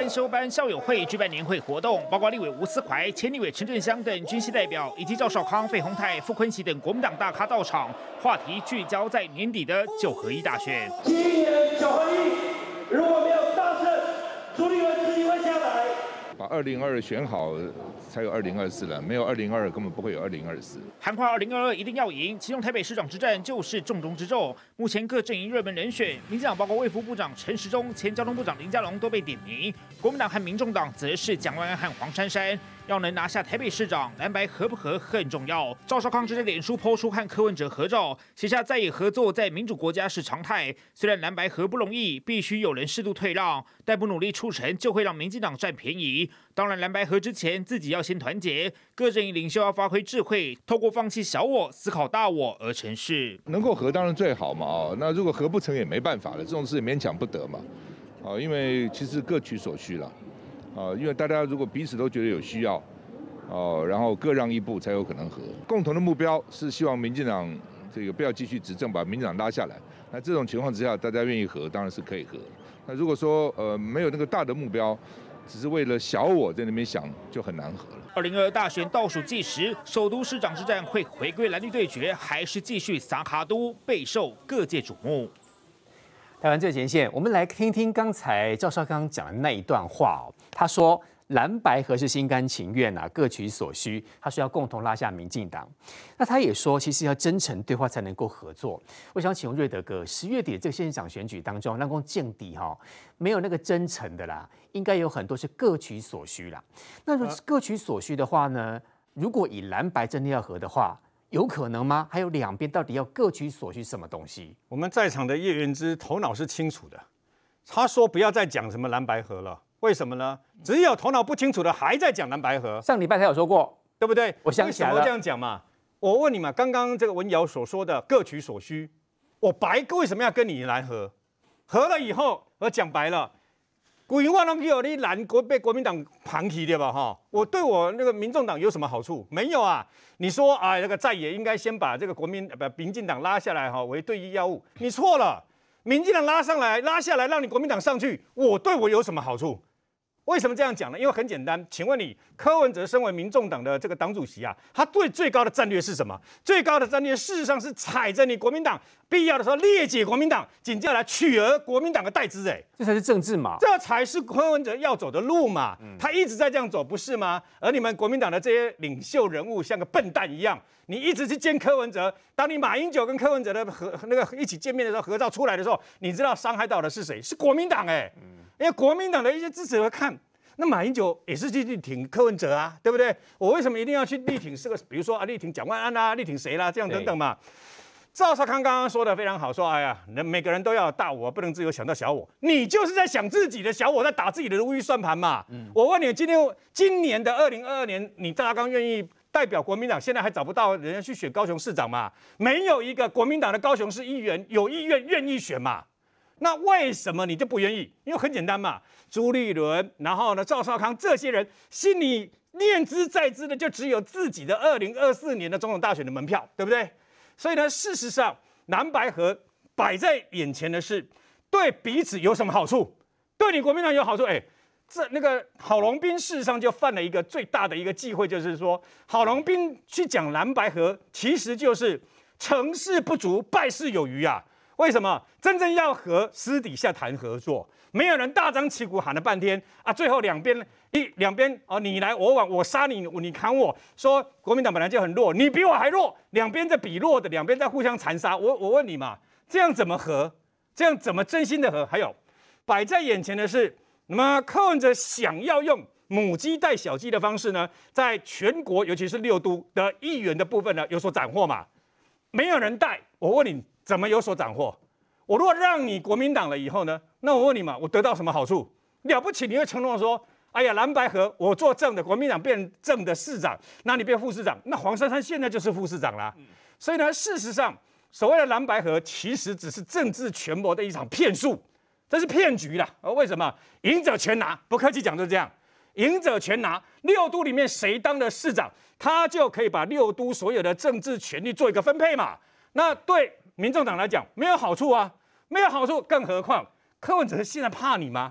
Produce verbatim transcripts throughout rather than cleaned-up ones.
班休班校友会举办年会活动，包括立委吴思怀、前立委陈振香等军系代表，以及赵少康、费鸿泰、傅昆萁等国民党大咖到场。话题聚焦在年底的九合一大选。 今年九合一如果没有大胜，朱立伦自己会下来。 把二零二二选好，才有二零二四了。没有二零二二，根本不会有二零二四。 韩话二零二二一定要赢，其中台北市长之战就是重中之重。目前各阵营热门人选，民进党包括卫福部长陈时中、前交通部长林佳龙都被点名，国民党和民众党则是蒋万安和黄珊珊。要能拿下台北市长，蓝白合不合很重要。赵少康直接脸书抛出和柯文哲合照，写下在野合作在民主国家是常态。虽然蓝白合不容易，必须有人适度退让，但不努力促成，就会让民进党占便宜。当然，蓝白合之前自己要先团结，各阵营领袖要发挥智慧，透过放弃小我，思考大我而成事。 能够合当然最好嘛，哦，那如果合不成也没办法了，这种事勉强不得嘛，啊，因为其实各取所需了。啊，因为大家如果彼此都觉得有需要，哦，然后各让一步才有可能和。共同的目标是希望民进党这个不要继续执政，把民进党拉下来。那这种情况之下，大家愿意和，当然是可以和。那如果说呃没有那个大的目标，只是为了小我在那边想，就很难和了。 二零二二大选倒数计时，首都市长之战会回归蓝绿对决，还是继续撒卡都，备受各界瞩目。 台湾最前线，我们来听听刚才赵少康讲的那一段话哦。他说蓝白合是心甘情愿啊，各取所需。他说要共同拉下民进党。那他也说，其实要真诚对话才能够合作。我想请问瑞德哥，十月底这个县长选举当中，那共见底哈，没有那个真诚的啦，应该有很多是各取所需啦。那如果各取所需的话呢，如果以蓝白真的要合的话，有可能吗？还有两边到底要各取所需什么东西？ 我们在场的叶元之头脑是清楚的，他说不要再讲什么蓝白合了，为什么呢？只有头脑不清楚的还在讲蓝白合。 上礼拜他有说过， 对不对？ 我想起来了， 为什么这样讲嘛？我问你嘛，刚刚这个文瑶所说的各取所需，我白为什么要跟你蓝合？合了以后，我讲白了。规我拢叫你蓝国被国民党盘起对吧？哈，我对我那个民众党有什么好处？没有啊！你说啊，那个在野应该先把这个国民不民进党拉下来哈，为对医药物，你错了。民进党拉上来拉下来，让你国民党上去，我对我有什么好处？为什么这样讲呢？因为很简单，请问你柯文哲身为民众党的这个党主席啊，他对最高的战略是什么？最高的战略事实上是踩着你国民党，必要的时候裂解国民党，紧接着来取而国民党的代之，哎， 这才是政治嘛， 这才是柯文哲要走的路嘛。嗯、他一直在这样走，不是吗？而你们国民党的这些领袖人物像个笨蛋一样，你一直去见柯文哲。当你马英九跟柯文哲的合那个一起见面的时候，合照出来的时候，你知道伤害到的是谁？是国民党哎、欸。嗯因为国民党的一些支持者看，那马英九也是去力挺柯文哲啊，对不对？我为什么一定要去力挺这个？比如说啊，力挺蒋万安啊，力挺谁啦，这样等等嘛。赵少康刚刚说的非常好，说哎呀，人每个人都要有大我，不能只有想到小我。你就是在想自己的小我，在打自己的如意算盘嘛。嗯、我问你，今天今年的二零二二年，你赵少康愿意代表国民党，现在还找不到人家去选高雄市长嘛？没有一个国民党的高雄市议员有意愿愿意选嘛？那为什么你就不愿意？因为很简单嘛，朱立伦，然后呢，赵少康这些人心里念之在之的，就只有自己的二零二四年的总统大选的门票，对不对？所以呢，事实上蓝白合摆在眼前的是对彼此有什么好处？对你国民党有好处？哎，这那个郝龙斌事实上就犯了一个最大的一个忌讳，就是说郝龙斌去讲蓝白合，其实就是成事不足，败事有余啊。为什么真正要和私底下谈合作？没有人大张旗鼓喊了半天啊，最后两边一两边哦，你来我往，我杀你，你砍我，说国民党本来就很弱，你比我还弱，两边在比弱的，两边在互相残杀。我我问你嘛，这样怎么和？这样怎么真心的和？还有摆在眼前的是，那么柯文哲想要用母鸡带小鸡的方式呢，在全国尤其是六都的议员的部分呢有所斩获嘛？没有人带，我问你。怎么有所斩获？我如果让你国民党了以后呢？那我问你嘛，我得到什么好处？了不起，你会承诺说，哎呀，蓝白合，我做正的，国民党变正的市长，那你变副市长，那黄珊珊现在就是副市长啦。嗯、所以呢，事实上，所谓的蓝白合，其实只是政治权谋的一场骗术，这是骗局啦。而为什么？赢者全拿，不客气讲就是这样，赢者全拿。六都里面谁当了市长，他就可以把六都所有的政治权力做一个分配嘛。那对民众党来讲没有好处啊，没有好处，更何况柯文哲现在怕你吗？柯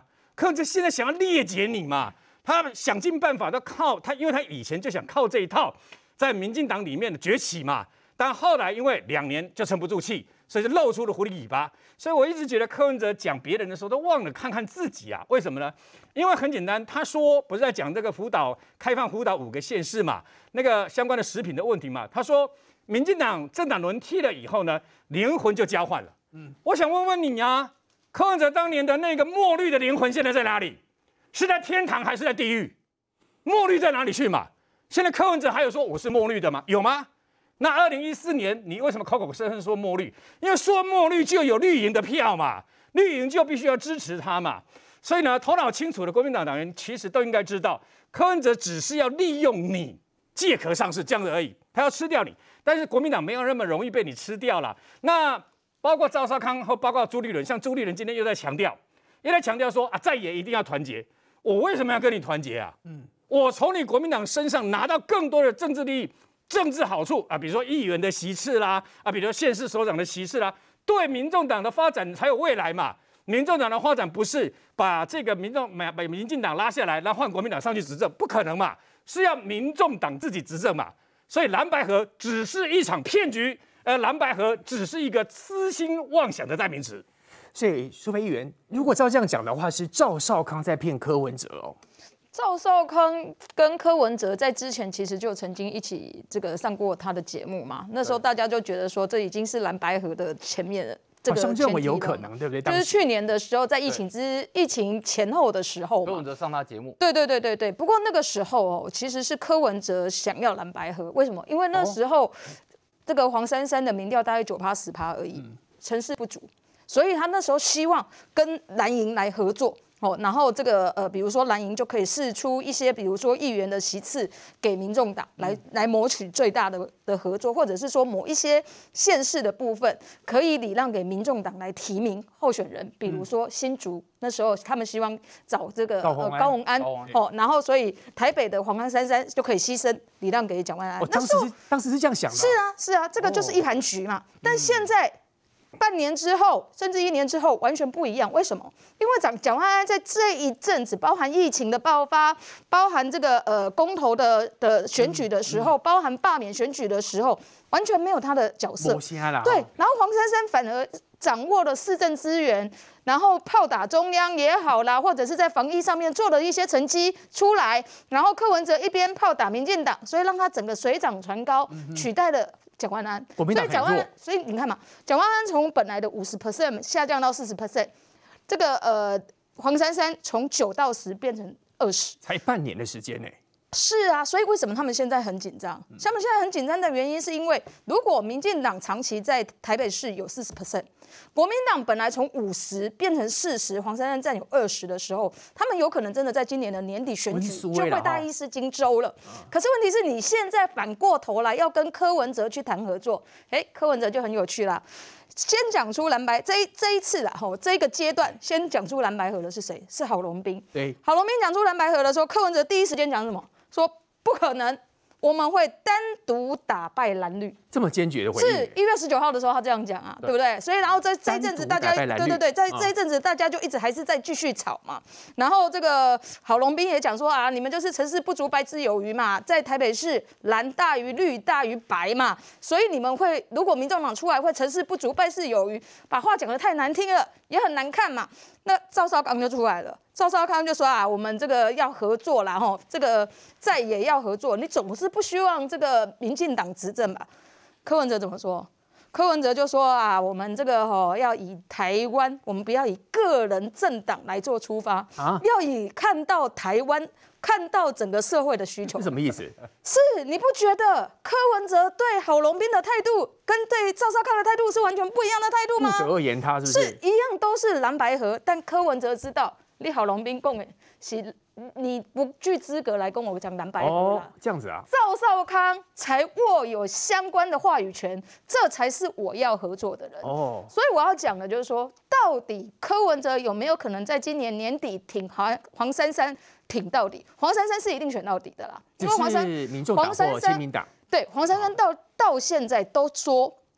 柯文哲现在想要裂解你嘛，他想尽办法都靠他，因为他以前就想靠这一套在民进党里面的崛起嘛，但后来因为两年就沉不住气，所以就露出了狐狸尾巴。所以我一直觉得柯文哲讲别人的时候都忘了看看自己啊，为什么呢？因为很简单，他说不是在讲这个辅导开放辅导五个县市嘛，那个相关的食品的问题嘛，他说民进党政党轮替了以后呢，灵魂就交换了。嗯，我想问问你啊，柯文哲当年的那个墨绿的灵魂现在在哪里？是在天堂还是在地狱？墨绿在哪里去嘛？现在柯文哲还有说我是墨绿的吗？有吗？那二零一四年你为什么口口声声说墨绿？因为说墨绿就有绿营的票嘛，绿营就必须要支持他嘛。所以呢，头脑清楚的国民党党员其实都应该知道，柯文哲只是要利用你借壳上市这样子而已，他要吃掉你。但是国民党没有那么容易被你吃掉了。那包括赵少康和包括朱立伦，像朱立伦今天又在强调，又在强调说啊，在野一定要团结。我为什么要跟你团结啊？嗯，我从你国民党身上拿到更多的政治利益。政治好处啊，比如说议员的席次啦，啊，比如说县市首长的席次啦，对民众党的发展才有未来嘛。民众党的发展不是把这个民众把民进党拉下来，然后换国民党上去执政，不可能嘛，是要民众党自己执政嘛。所以蓝白合只是一场骗局，呃，蓝白合只是一个痴心妄想的代名词。 所以苏培议员，如果照这样讲的话，是赵少康在骗柯文哲哦。 赵少康跟柯文哲在之前其实就曾经一起这个上过他的节目嘛，那时候大家就觉得说这已经是蓝白合的前面的这个前提了， 好像有可能，对不对？ 就是去年的时候，在疫情之疫情前后的时候嘛， 柯文哲上他节目， 对对对对对。不过那个时候哦，其实是柯文哲想要蓝白合，为什么？因为那时候、哦、这个黄珊珊的民调大概九趴十趴而已，嗯、成事不足，所以他那时候希望跟蓝营来合作。哦，然后这个呃，比如说蓝营就可以释出一些，比如说议员的席次给民众党来来谋取最大的的合作，或者是说某一些县市的部分可以礼让给民众党来提名候选人，比如说新竹、嗯、那时候他们希望找这个高虹安， 呃、高虹安哦，然后所以台北的黄珊珊就可以牺牲礼让给蒋万安。 哦，当时是当时是这样想的、哦。 是啊，是啊，这个就是一盘局嘛。哦、但现在。半年之后，甚至一年之后，完全不一样。为什么？因为蒋蒋万安在这一阵子，包含疫情的爆发，包含这个呃公投的的选举的时候，嗯嗯、包含罢免选举的时候，完全没有他的角色。对，然后黄珊珊反而掌握了市政资源，然后炮打中央也好啦，或者是在防疫上面做了一些成绩出来，然后柯文哲一边炮打民进党，所以让他整个水涨船高，嗯、取代了。蒋万安， 国民党很弱， 所以蒋万安，所以你看嘛，蒋万安从本来的五十 percent 下降到四十 percent， 这个呃黄珊珊从九到十变成二十， 才半年的时间呢。 是啊，所以为什么他们现在很紧张？他们现在很紧张的原因是因为，如果民进党长期在台北市有四十 percent， 国民党本来从五十变成四十，黄珊珊占有二十的时候，他们有可能真的在今年的年底选举就会大意失荆州了。可是问题是你现在反过头来要跟柯文哲去谈合作，哎，柯文哲就很有趣啦。先讲出蓝白这一这一次啦，吼，这一个阶段先讲出蓝白合的是谁？是郝龙斌。 对， 郝龙斌讲出蓝白合的时候，柯文哲第一时间讲什么？说不可能，我们会单独打败蓝绿。 这么坚决的回应。 是一月十九号的时候，他这样讲啊，对不对？所以然后这这一阵子大家，对对对，在这一阵子大家就一直还是在继续吵嘛。然后这个郝龙斌也讲说啊，你们就是成事不足败事有余嘛，在台北市蓝大于绿大于白嘛，所以你们会如果民众党出来会成事不足败事有余，把话讲得太难听了，也很难看嘛。那赵少康就出来了，赵少康就说啊，我们这个要合作啦，吼，这个在也要合作，你总是不希望这个民进党执政吧？柯文哲怎么说？柯文哲就说啊，我们这个吼、哦、要以台湾，我们不要以个人政党来做出发，啊、要以看到台湾，看到整个社会的需求。 是什么意思？ 是你不觉得柯文哲对郝龙斌的态度跟对赵少康的态度是完全不一样的态度吗？ 不择恶言他是不是？ 是一样，都是蓝白合，但柯文哲知道你郝龙斌讲的是。你不具资格来跟我讲蓝白合哦，这样子啊？ 赵少康才握有相关的话语权，这才是我要合作的人哦。所以我要讲的就是说，到底柯文哲有没有可能在今年年底挺黄黄珊珊挺到底？黄珊珊是一定选到底的啦， 因为黄珊民众党或亲民党对黄珊珊到到现在都说。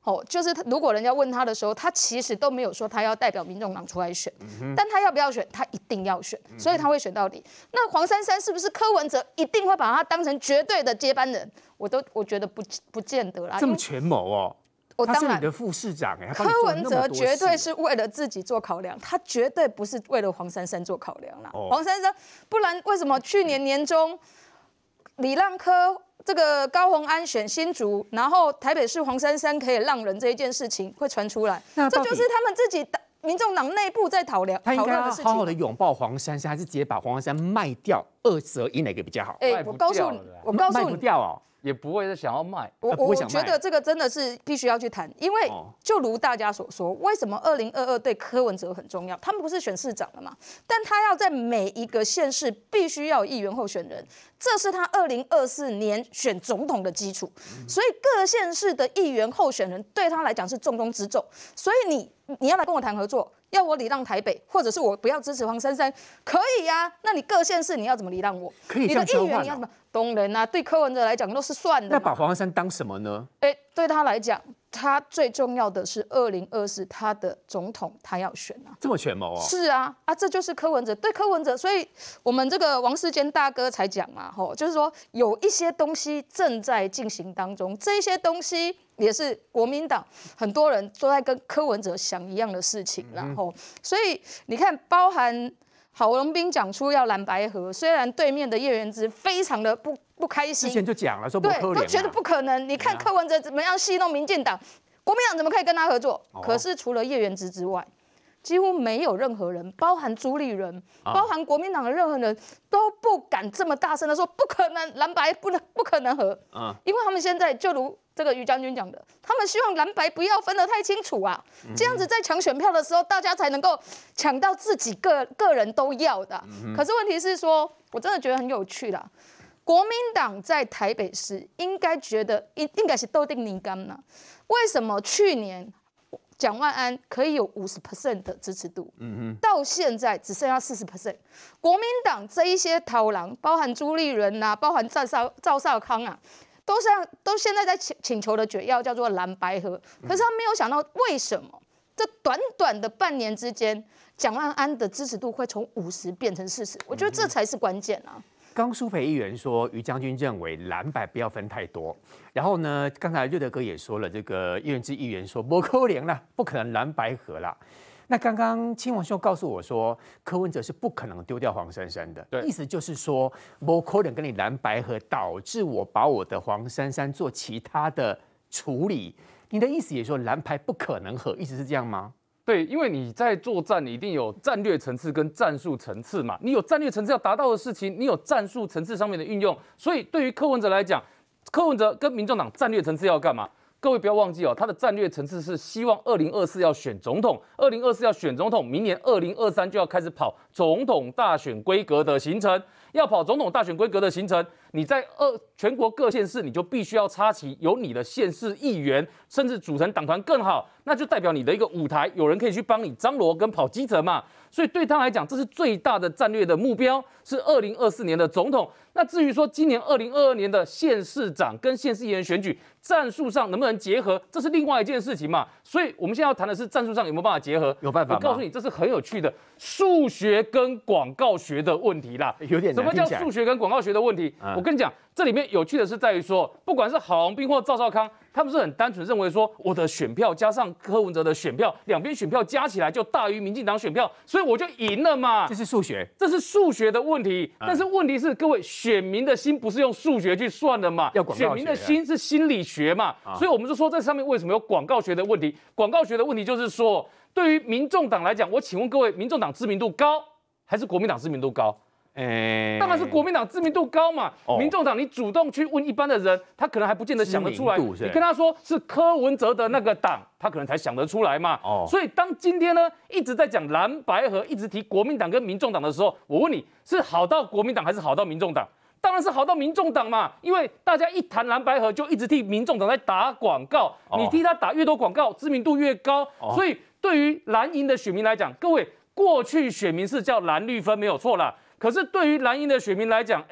哦，就是他如果人家问他的时候，他其实都没有说他要代表民众党出来选， 嗯、 但他要不要选，他一定要选，所以他会选到底。那黄珊珊是不是柯文哲一定会把他当成绝对的接班人？我都我觉得不不见得啦。 这么权谋哦。 我当然， 他是你的副市长哎， 柯文哲绝对是为了自己做考量，他绝对不是为了黄珊珊做考量啦。哦、黄珊珊，不然为什么去年年中李让科这个高虹安选新竹，然后台北市黄珊珊可以让人这一件事情会传出来？这就是他们自己民众党内部在讨论。 他应该要好好的拥抱黄珊珊，还是直接把黄珊珊卖掉，二择一哪个比较好？ 哎、欸，我告诉你，我告诉你， 卖不掉哦。 也不会是想要卖， 我我觉得这个真的是必须要去谈，因为就如大家所说，为什么二零二二对柯文哲很重要？他们不是选市长了嘛？但他要在每一个县市必须要有议员候选人，这是他二零二四年选总统的基础。所以各县市的议员候选人对他来讲是重中之重。所以你你要来跟我谈合作，要我礼让台北，或者是我不要支持黄珊珊，可以呀、啊。那你各县市你要怎么礼让我？ 可以这样交换、哦、你的议员你要怎么？当然啊，对柯文哲来讲都是算的。 那把黄珊珊当什么呢？ 哎，对他来讲，他最重要的是二零二四他的总统他要选啊。 这么权谋哦？ 是啊，啊，这就是柯文哲对柯文哲，所以我们这个王世坚大哥才讲嘛，吼，就是说有一些东西正在进行当中，这些东西也是国民党很多人都在跟柯文哲想一样的事情，然后、嗯，所以你看，包含。郝龙斌讲出要蓝白合，虽然对面的叶元之非常的不不开心， 之前就讲了说不对， 可能、啊， 都觉得不可能。你看柯文哲怎么样戏弄民进党，国民党怎么可以跟他合作？哦、可是除了叶元之之外，几乎没有任何人，包含朱立伦，哦、包含国民党的任何人都不敢这么大声的说不可能蓝白不能不可能合，嗯，因为他们现在就如。这个于将军讲的，他们希望蓝白不要分得太清楚啊，这样子在抢选票的时候，大家才能够抢到自己个个人都要的。可是问题是说，我真的觉得很有趣啦。国民党在台北市应该觉得应应该是斗定泥干呢？为什么去年蒋万安可以有五十 percent 的支持度，嗯、到现在只剩下四十 percent？ 国民党这一些讨狼，包含朱立伦啊，包含赵少赵少康啊。都是都现在在请请求的诀要叫做蓝白合，可是他没有想到为什么这短短的半年之间，蒋万安的支持度会从五十变成四十，我觉得这才是关键啊。 刚苏培议员说，于将军认为蓝白不要分太多。然后呢，刚才瑞德哥也说了，这个叶元之议员说不可能啦，不可能蓝白合啦。那刚刚亲王兄告诉我说，柯文哲是不可能丢掉黄珊珊的，意思就是说，不可能跟你蓝白合，导致我把我的黄珊珊做其他的处理。你的意思也说蓝白不可能合，意思是这样吗？ 对，因为你在作战，你一定有战略层次跟战术层次嘛。你有战略层次要达到的事情，你有战术层次上面的运用。所以对于柯文哲来讲，柯文哲跟民众党战略层次要干嘛？各位不要忘记哦，他的战略层次是希望二零二四要选总统，二零二四要选总统，明年二零二三就要开始跑总统大选规格的行程。要跑总统大选规格的行程，你在二全国各县市，你就必须要插旗，有你的县市议员，甚至组成党团更好，那就代表你的一个舞台，有人可以去帮你张罗跟跑基层嘛。所以对他来讲，这是最大的战略的目标，是二零二四年的总统。那至于说今年二零二二年的县市长跟县市议员选举，战术上能不能结合，这是另外一件事情嘛。所以我们现在要谈的是战术上有没有办法结合， 有办法吗？ 我告诉你，这是很有趣的数学跟广告学的问题啦。 有点难。 什么叫数学跟广告学的问题？嗯、我跟你讲，这里面有趣的是在于说，不管是郝龙斌或赵少康，他们是很单纯认为说，我的选票加上柯文哲的选票，两边选票加起来就大于民进党选票，所以我就赢了嘛。 这是数学， 这是数学的问题。嗯、但是问题是，各位选民的心不是用数学去算的嘛？ 要广告学。 选民的心是心理学嘛？啊、所以我们就说，在上面为什么有广告学的问题？广告学的问题就是说，对于民众党来讲，我请问各位，民众党知名度高还是国民党知名度高？ 欸、 当然是国民党知名度高嘛，哦、民众党你主动去问一般的人，他可能还不见得想得出来。你跟他说是柯文哲的那个党，他可能才想得出来嘛。哦、所以当今天呢一直在讲蓝白合，一直提国民党跟民众党的时候，我问你是好到国民党还是好到民众党？当然是好到民众党嘛，因为大家一谈蓝白合就一直替民众党在打广告，哦、你替他打越多广告，知名度越高。哦、所以对于蓝营的选民来讲，各位过去选民是叫蓝绿分没有错啦。可是对于蓝营的选民来讲，哎、欸，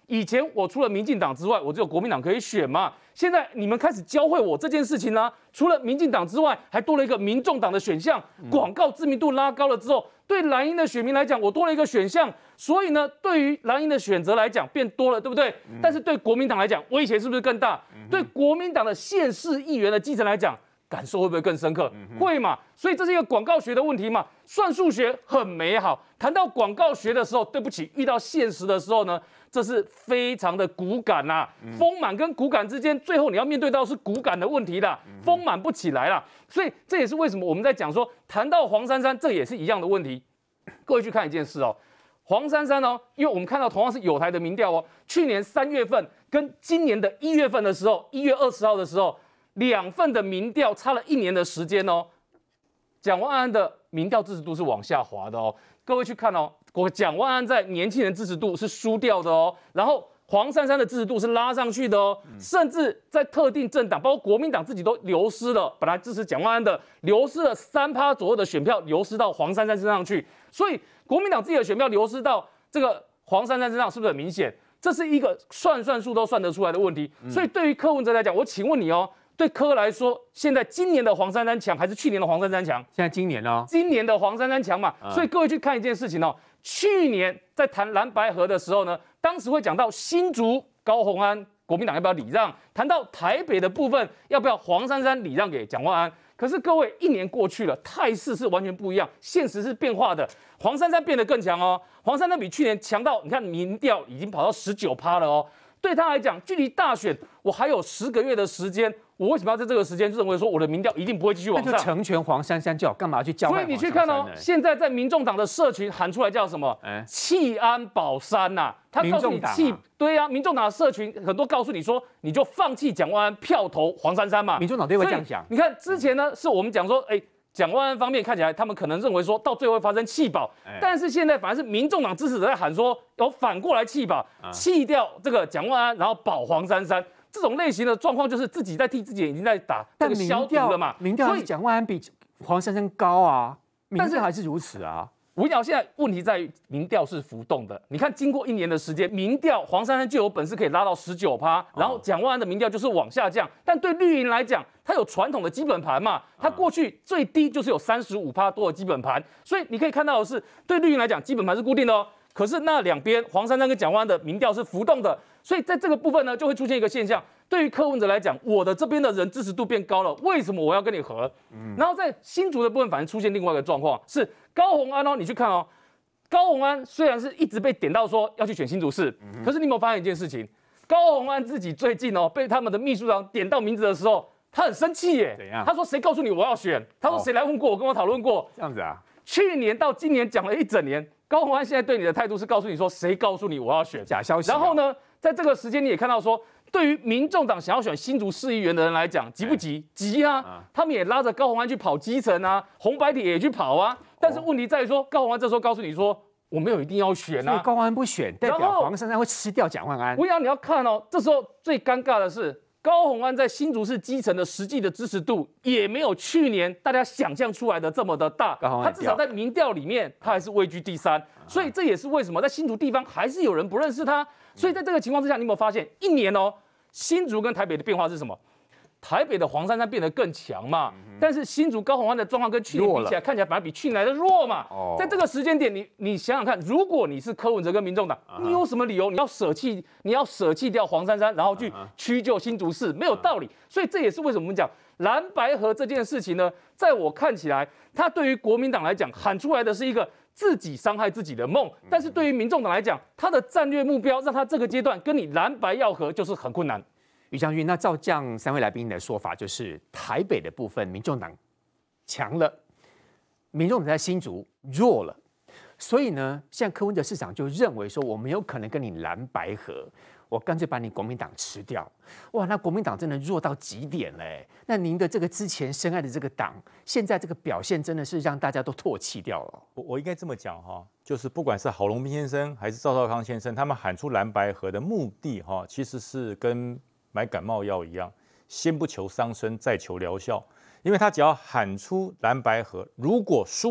以前我除了民进党之外，我只有国民党可以选嘛。现在你们开始教会我这件事情呢、啊，除了民进党之外，还多了一个民众党的选项，广告知名度拉高了之后，对蓝营的选民来讲，我多了一个选项，所以呢，对于蓝营的选择来讲变多了，对不对？嗯、但是对国民党来讲，威胁是不是更大？嗯、对国民党的县市议员的基层来讲，感受会不会更深刻？嗯、会嘛？所以这是一个广告学的问题嘛。算数学很美好，谈到广告学的时候，对不起，遇到现实的时候呢？这是非常的骨感呐、啊，丰满跟骨感之间，最后你要面对到是骨感的问题啦，丰满不起来啦，所以这也是为什么我们在讲说，谈到黄珊珊，这也是一样的问题。各位去看一件事哦，黄珊珊哦，因为我们看到同样是友台的民调哦，去年三月份跟今年的一月份的时候，一月二十号的时候，两份的民调差了一年的时间哦，蒋万安的民调支持度是往下滑的哦，各位去看哦。我蒋万安在年轻人支持度是输掉的哦，然后黄珊珊的支持度是拉上去的哦，甚至在特定政党，包括国民党自己都流失了，本来支持蒋万安的流失了三趴左右的选票，流失到黄珊珊身上去，所以国民党自己的选票流失到这个黄珊珊身上，是不是很明显？这是一个算算数都算得出来的问题。所以对于柯文哲来讲，我请问你哦。对柯来说，现在今年的黄珊珊强还是去年的黄珊珊强？ 现在今年哦， 今年的黄珊珊强嘛。嗯、所以各位去看一件事情哦，去年在谈蓝白合的时候呢，当时会讲到新竹高虹安国民党要不要礼让，谈到台北的部分要不要黄珊珊礼让给蒋万安。可是各位一年过去了，态势是完全不一样，现实是变化的。黄珊珊变得更强哦，黄珊珊比去年强到，你看民调已经跑到十九趴了哦。对他来讲，距离大选我还有十个月的时间。我为什么要在这个时间认为说我的民调一定不会继续往上？ 那就成全黄珊珊就好，干嘛去交代？ 所以你去看哦，现在在民众党的社群喊出来叫什么？哎，弃安保山呐、啊，他告诉你弃，啊、对啊，民众党的社群很多告诉你说，你就放弃蒋万安，票投黄珊珊嘛。 民众党对会这样讲。 你看之前呢，是我们讲说，哎。蒋万安方面看起来，他们可能认为说到最后会发生弃保，哎、但是现在反而是民众党支持者在喊说，有反过来弃保，啊、弃掉这个蒋万安，然后保黄珊珊。这种类型的状况，就是自己在替自己已经在打这个消毒了嘛。 民调所以蒋万安比黄珊珊高啊，民调还是如此啊。 我跟你讲，现在问题在于民调是浮动的。你看，经过一年的时间，民调黄珊珊就有本事可以拉到十九趴，然后蒋万安的民调就是往下降。但对绿营来讲，它有传统的基本盘嘛，它过去最低就是有三十五趴多的基本盘，所以你可以看到的是，对绿营来讲，基本盘是固定的哦。可是那两边黄珊珊跟蒋万安的民调是浮动的，所以在这个部分呢，就会出现一个现象。对于柯文哲来讲，我的这边的人支持度变高了，为什么我要跟你合？嗯、然后在新竹的部分，反而出现另外一个状况，是高虹安哦，你去看哦，高虹安虽然是一直被点到说要去选新竹市，嗯、可是你有没有发现一件事情？高虹安自己最近哦，被他们的秘书长点到名字的时候，他很生气耶。 怎样？ 他说谁告诉你我要选？他说谁来问过我，跟我讨论过？ 这样子啊？ 去年到今年讲了一整年。高虹安现在对你的态度是告诉你说，谁告诉你我要选？ 假消息、啊。 然后呢，在这个时间你也看到说，对于民众党想要选新竹市议员的人来讲，急不急？急啊！啊他们也拉着高虹安去跑基层啊，红白铁也去跑啊。但是问题在于说，高虹安这时候告诉你说，我没有一定要选啊。 所以高虹安不选，代表黄珊珊会吃掉蒋万安。 不要，你要看哦，这时候最尴尬的是。高虹安在新竹市基层的实际的支持度也没有去年大家想象出来的这么的大，他至少在民调里面他还是位居第三，所以这也是为什么在新竹地方还是有人不认识他。所以在这个情况之下，你有没有发现一年哦，新竹跟台北的变化是什么？台北的黄珊珊变得更强嘛，嗯、但是新竹高虹安的状况跟去年比起来，看起来反而比去年来的弱嘛。哦、在这个时间点，你你想想看，如果你是柯文哲跟民众党，uh huh. 你有什么理由你要舍弃你要舍弃掉黄珊珊，然后去屈就新竹市，没有道理。所以这也是为什么我们讲蓝白合这件事情呢，在我看起来，它对于国民党来讲喊出来的是一个自己伤害自己的梦，但是对于民众党来讲，他的战略目标让他这个阶段跟你蓝白要合就是很困难。 于将军，那照这样三位来宾的说法，就是台北的部分民众党强了，民众党在新竹弱了，所以呢，现在柯文哲市长就认为说，我们有可能跟你蓝白合，我干脆把你国民党吃掉。哇，那国民党真的弱到极点嘞！那您的这个之前深爱的这个党，现在这个表现真的是让大家都唾弃掉了。 我我应该这么讲哈，就是不管是郝龙斌先生还是赵少康先生，他们喊出蓝白合的目的哈，其实是跟买感冒药一样，先不求伤身，再求疗效。因为他只要喊出蓝白合，如果输了，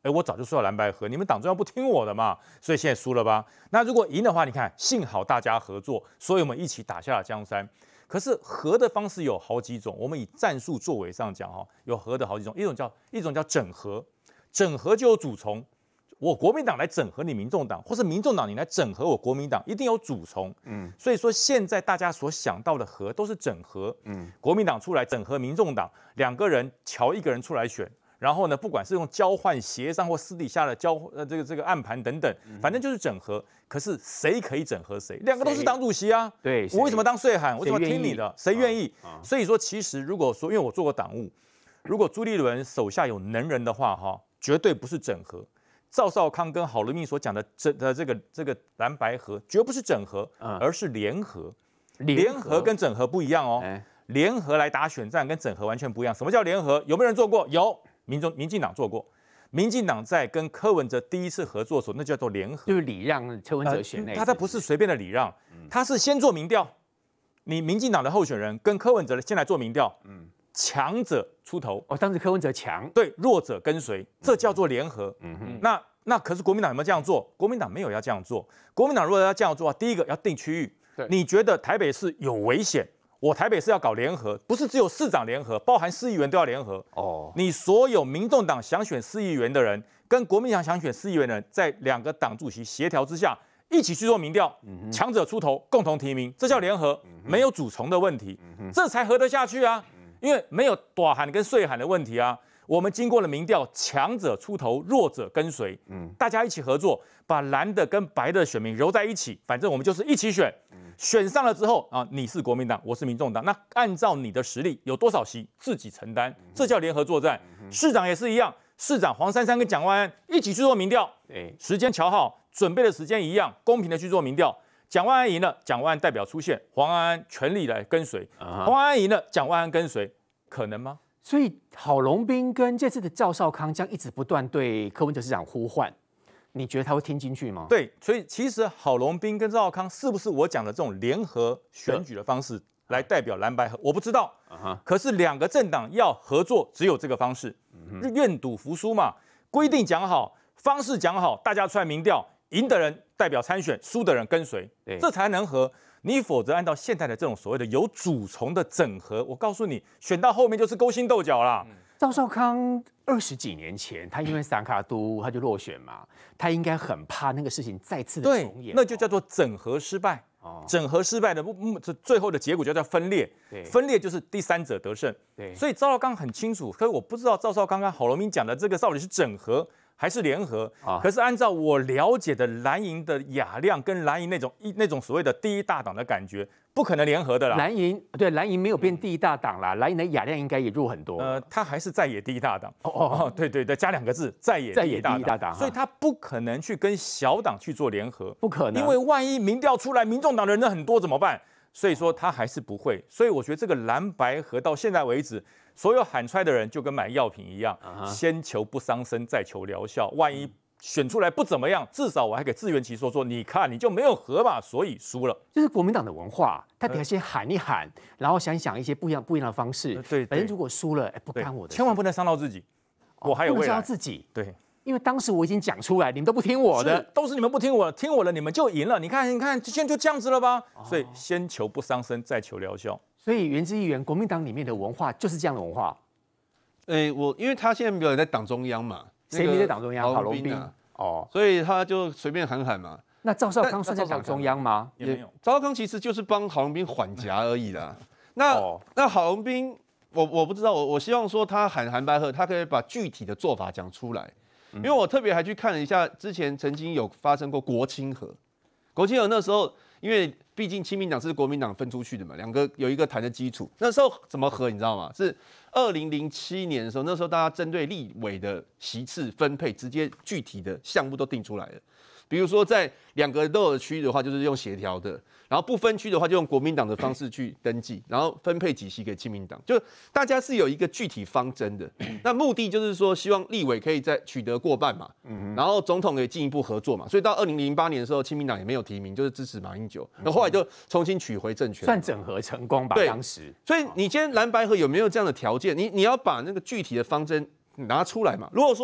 哎，我早就说要蓝白合，你们党中央不听我的嘛，所以现在输了吧？那如果赢的话，你看，幸好大家合作，所以我们一起打下了江山。可是和的方式有好几种，我们以战术作为上讲哈，有和的好几种，一种叫一种叫整合，整合就有主从。我国民党来整合你民众党，或是民众党你来整合我国民党，一定有主从。嗯，所以说现在大家所想到的和都是整合。嗯，国民党出来整合民众党，两个人瞧一个人出来选，然后呢，不管是用交换协商或私底下的交呃这个这个暗盘等等，反正就是整合。可是谁可以整合谁？两个都是党主席啊。 对， 我为什么当税函？我怎么听你的？谁愿意？所以说，其实如果说，因为我做过党务，如果朱立伦手下有能人的话，哈，绝对不是整合。赵少康跟郝龙斌所讲的整的这个这个蓝白合，绝不是整合，而是联合。联合跟整合不一样哦。联合来打选战跟整合完全不一样。什么叫联合？有没有人做过？有，民众民进党做过。民进党在跟柯文哲第一次合作的时候，那叫做联合， 就是礼让柯文哲选内。 他他不是随便的礼让，他是先做民调。你民进党的候选人跟柯文哲先来做民调，嗯。强者出头哦，当时柯文哲强， 对，弱者跟随，这叫做联合。嗯哼，那那可是国民党有没有这样做？国民党没有要这样做。国民党如果要这样做，第一个要定区域。对，你觉得台北市有危险？我台北市要搞联合，不是只有市长联合，包含市议员都要联合。哦，你所有民众党想选市议员的人，跟国民党想选市议员的人，在两个党主席协调之下，一起去做民调，强者出头，共同提名，这叫联合，没有主从的问题，这才合得下去啊。因为没有短喊跟碎喊的问题啊，我们经过了民调，强者出头，弱者跟随，嗯，大家一起合作，把蓝的跟白的选民揉在一起，反正我们就是一起选，嗯、选上了之后啊，你是国民党，我是民众党，那按照你的实力有多少席自己承担，这叫联合作战。嗯、市长也是一样，市长黄珊珊跟蒋万安一起去做民调，对，时间瞧好，准备的时间一样，公平的去做民调。蒋万安赢了，蒋万安代表出现，黄安安全力来跟随。黄安安赢了，蒋万安跟随，可能吗？ 所以郝龙斌跟这次的赵少康将一直不断对柯文哲市长呼唤，你觉得他会听进去吗？ 对，所以其实郝龙斌跟赵少康是不是我讲的这种联合选举的方式来代表蓝白合？我不知道。Uh-huh. 可是两个政党要合作，只有这个方式，嗯、愿赌服输嘛，规定讲好，方式讲好，大家出来民调。赢的人代表参选，输的人跟随，这才能合。你否则按照现在的这种所谓的有主从的整合，我告诉你，选到后面就是勾心斗角啦。嗯、 赵少康二十几年前，他因为三卡都他就落选嘛，他应该很怕那个事情再次的重演， 那就叫做整合失败。哦、整合失败的最后的结果就叫分裂，分裂就是第三者得胜。所以赵少康很清楚，可是我不知道赵少康跟郝龙斌讲的这个到底是整合还是联合？啊、可是按照我了解的蓝营的雅量跟蓝营那种一那种所谓的第一大党的感觉，不可能联合的啦。 蓝营对蓝营没有变第一大党啦，蓝营的雅量应该也弱很多。 呃，他还是在野第一大党。哦哦，对对对，加两个字，在野第一大党。大党所以他不可能去跟小党去做联合， 不可能， 因为万一民调出来，民众党的人很多怎么办？所以说他还是不会。所以我觉得这个蓝白合到现在为止。所有喊出来的人就跟买药品一样， uh-huh. 先求不伤身，再求疗效。万一选出来不怎么样，至少我还给自圆其说，说你看你就没有合嘛，所以输了。 这是国民党的文化，他得先喊一喊，然后想想一些不一样不一样的方式。 对， 反正如果输了，哎，不干我的事， 千万不能伤到自己。我还有未来， 不能伤到自己。 对。 因为当时我已经讲出来，你们都不听我的， 都是你们不听我的，听我的你们就赢了。你看，你看，现在就这样子了吧？哦、所以先求不伤身，再求疗效。 所以原之议员，国民党里面的文化就是这样的文化。 诶、欸，我因为他现在没有人在党中央嘛， 谁没在党中央？郝龙斌啊，哦，所以他就随便喊喊嘛。 那赵少康算在党中央吗？ 也没有。 赵少康其实就是帮郝龙斌缓颊而已啦。那、哦、那郝龙斌，我我不知道，我我希望说他喊韩白鹤，他可以把具体的做法讲出来。嗯、因为我特别还去看了一下，之前曾经有发生过国亲合，国亲合那时候因为。毕竟亲民党是国民党分出去的嘛，两个有一个谈的基础。那时候怎么合，你知道吗？是二零零七年的时候，那时候大家针对立委的席次分配，直接具体的项目都定出来了。比如说在两个都有区的话，就是用协调的；然后不分区的话，就用国民党的方式去登记，然后分配几席给亲民党。就大家是有一个具体方针的。那目的就是说，希望立委可以再取得过半嘛，然后总统可以进一步合作嘛。所以到二零零八年的时候，亲民党也没有提名，就是支持马英九。然后后来就重新取回政权， 算整合成功吧。当时， 所以你今天蓝白合有没有这样的条件？你你要把那个具体的方针拿出来嘛。如果说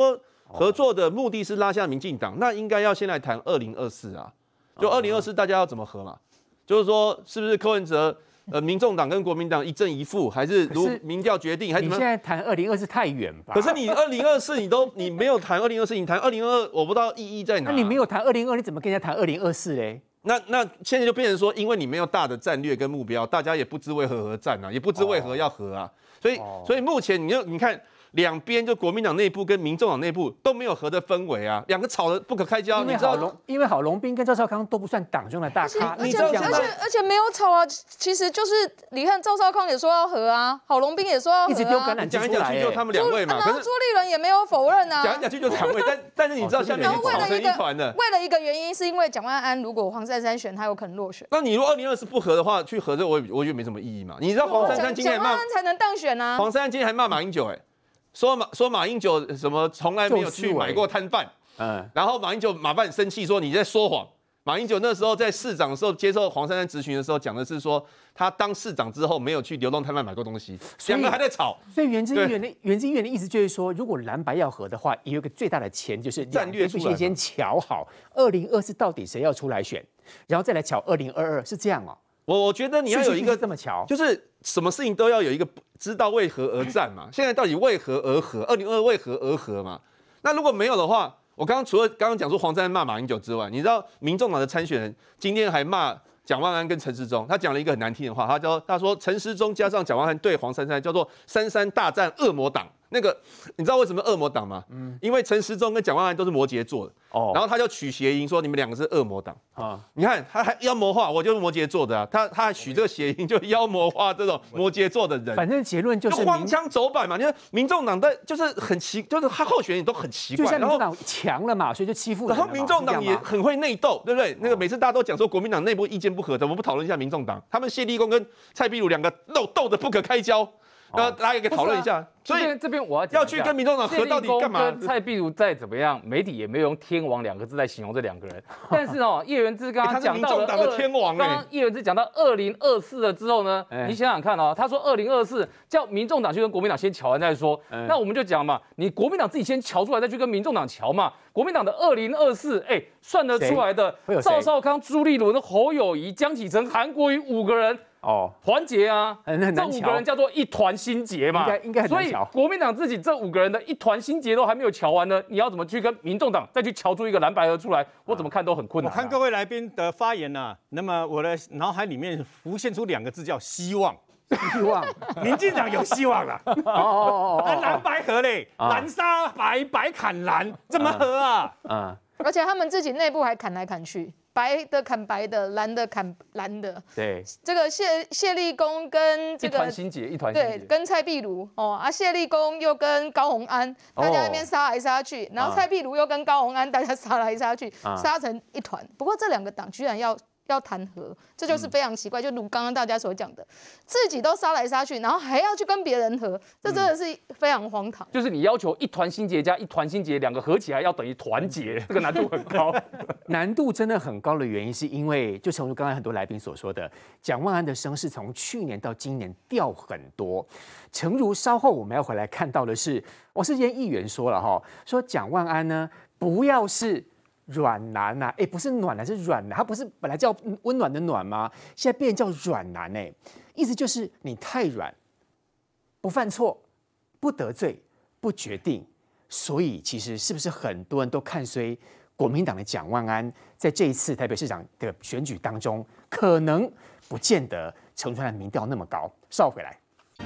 合作的目的是拉下民进党，那应该要先来谈二零二四啊。就二零二四大家要怎么合嘛？就是说，是不是柯文哲？呃，民众党跟国民党一正一负，还是如民调决定？还是你现在谈二零二四太远吧？ 可是你二零二四你都你没有谈二零二四，你谈二零二二，我不知道意义在哪。 那你没有谈二零二，你怎么跟人家谈二零二四嘞？ 那那现在就变成说，因为你没有大的战略跟目标，大家也不知为何而战啊，也不知为何要和啊，所以所以目前你就你看。两边就国民党内部跟民众党内部都没有合的氛围啊，两个吵得不可开交。 因为郝龙，因为郝龙斌跟赵少康都不算党中的大咖， 而且而且而且而且没有吵啊，其实就是你看赵少康也说要和啊，郝龙斌也说要和啊， 一直丢橄榄枝讲一讲去就他们两位嘛， 然后朱立伦也没有否认啊， 讲一讲去就两位，但但是你知道下面已经吵成一团了。 为了一个原因，是因为蒋万安如果黄珊珊选，他有可能落选。 那你如果二零二四不和的话，去和这我我觉得没什么意义嘛。你知道黄珊珊今天还骂蒋万安才能当选啊， 黄珊珊今天还骂马英九哎。说马说马英九什么从来没有去买过摊贩，嗯，然后马英九马办生气说你在说谎。马英九那时候在市长的时候接受黄珊珊质询的时候讲的是说他当市长之后没有去流动摊贩买过东西，两个还在吵。 所以袁之议员的袁之议员的意思就是说，如果蓝白要合的话，也有一个最大的前就是战略先先瞧好二零二四到底谁要出来选，然后再来瞧二零二二，是这样哦。 我我觉得你要有一个这么巧， 就是什么事情都要有一个知道为何而战嘛。现在到底为何而和？二零二二为何而和嘛？那如果没有的话，我刚刚除了刚刚讲说黄珊珊骂马英九之外，你知道民众党的参选人今天还骂蒋万安跟陈时中，他讲了一个很难听的话，他叫他说陈时中加上蒋万安对黄珊珊叫做珊珊大战恶魔党。那个你知道为什么恶魔党吗？嗯，因为陈时中跟蒋万安都是摩羯座的，哦，然后他就取谐音说你们两个是恶魔党啊。你看他还妖魔化，我就是摩羯座的啊，他他还取这个谐音，就妖魔化这种摩羯座的人。 反正结论就是荒腔走板嘛。你看民众党的就是很奇，就是他候选人都很奇怪， 就像民众党强了嘛，所以就欺负人。 然后民众党也很会内斗，对不对？那个每次大家都讲说国民党内部意见不合，怎么不讨论一下民众党？他们谢立功跟蔡壁如两个斗斗得不可开交。那大家也可以讨论一下， 所以这边我要要去跟民众党合到底干嘛？ 跟蔡壁如再怎么样，媒体也没有用天王两个字来形容这两个人。但是哦，叶元之刚刚讲到了天王， 刚刚叶元之讲到二零二四了之后呢，你想想看哦，他说二零二四叫民众党去跟国民党先瞧完再说。那我们就讲嘛，你国民党自己先瞧出来，再去跟民众党瞧嘛。国民党的二零二四，哎，算得出来的，赵少康、朱立伦、侯友宜、江启臣、韩国瑜五个人。哦，团结啊，这五个人叫做一团心结嘛， 应该应该很难所以国民党自己这五个人的一团心结都还没有瞧完呢，你要怎么去跟民众党再去瞧出一个蓝白合出来？我怎么看都很困难、啊。 我看各位来宾的发言呢、啊，那么我的脑海里面浮现出两个字叫希望。 希望， 民进党有希望了。哦哦哦，蓝白合嘞，蓝杀白，白砍蓝，怎么合啊？ 嗯，而且他们自己内部还砍来砍去。白的砍白的，蓝的砍蓝的。 对， 这个谢谢立功跟这个一团心结，一团心结。 对，跟蔡壁如哦啊，谢立功又跟高虹安，大家那边杀来杀去，然后蔡壁如又跟高虹安，大家杀来杀去，杀成一团。不过这两个党居然要要谈和，这就是非常奇怪。就如刚刚大家所讲的，自己都杀来杀去，然后还要去跟别人和，这真的是非常荒唐。 就是你要求一团心结加一团心结，两个合起来要等于团结，这个难度很高。 难度真的很高的原因，是因为就正如刚才很多来宾所说的，蒋万安的声势从去年到今年掉很多。诚如稍后我们要回来看到的是，我是前议员说了哈，说蒋万安呢不要是软男呐、啊，哎，不是暖男，是软男，他不是本来叫温暖的暖吗？现在变叫软男哎，意思就是你太软，不犯错，不得罪，不决定，所以其实是不是很多人都看衰国民党的蒋万安，在这一次台北市长的选举当中，可能不见得呈出来的民调那么高。稍后回来。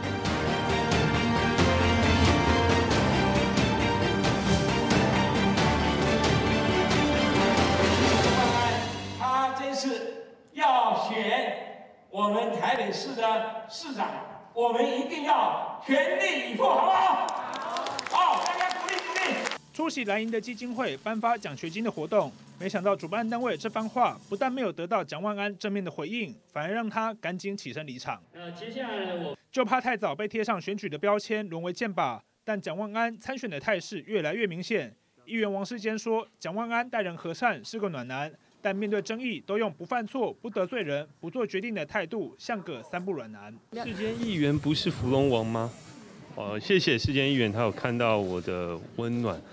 他这次要选我们台北市的市长，我们一定要全力以赴，好不好？好，大家鼓励鼓励。 出席蓝营的基金会颁发奖学金的活动，没想到主办单位这番话不但没有得到蒋万安正面的回应，反而让他赶紧起身离场。 呃，接下来呢，我就怕太早被贴上选举的标签，沦为箭靶。但蒋万安参选的态势越来越明显。议员王世坚说，蒋万安待人和善，是个暖男，但面对争议都用不犯错、不得罪人、不做决定的态度，像个三不软男。 世坚议员不是福隆王吗？呃，谢谢世坚议员，他有看到我的温暖。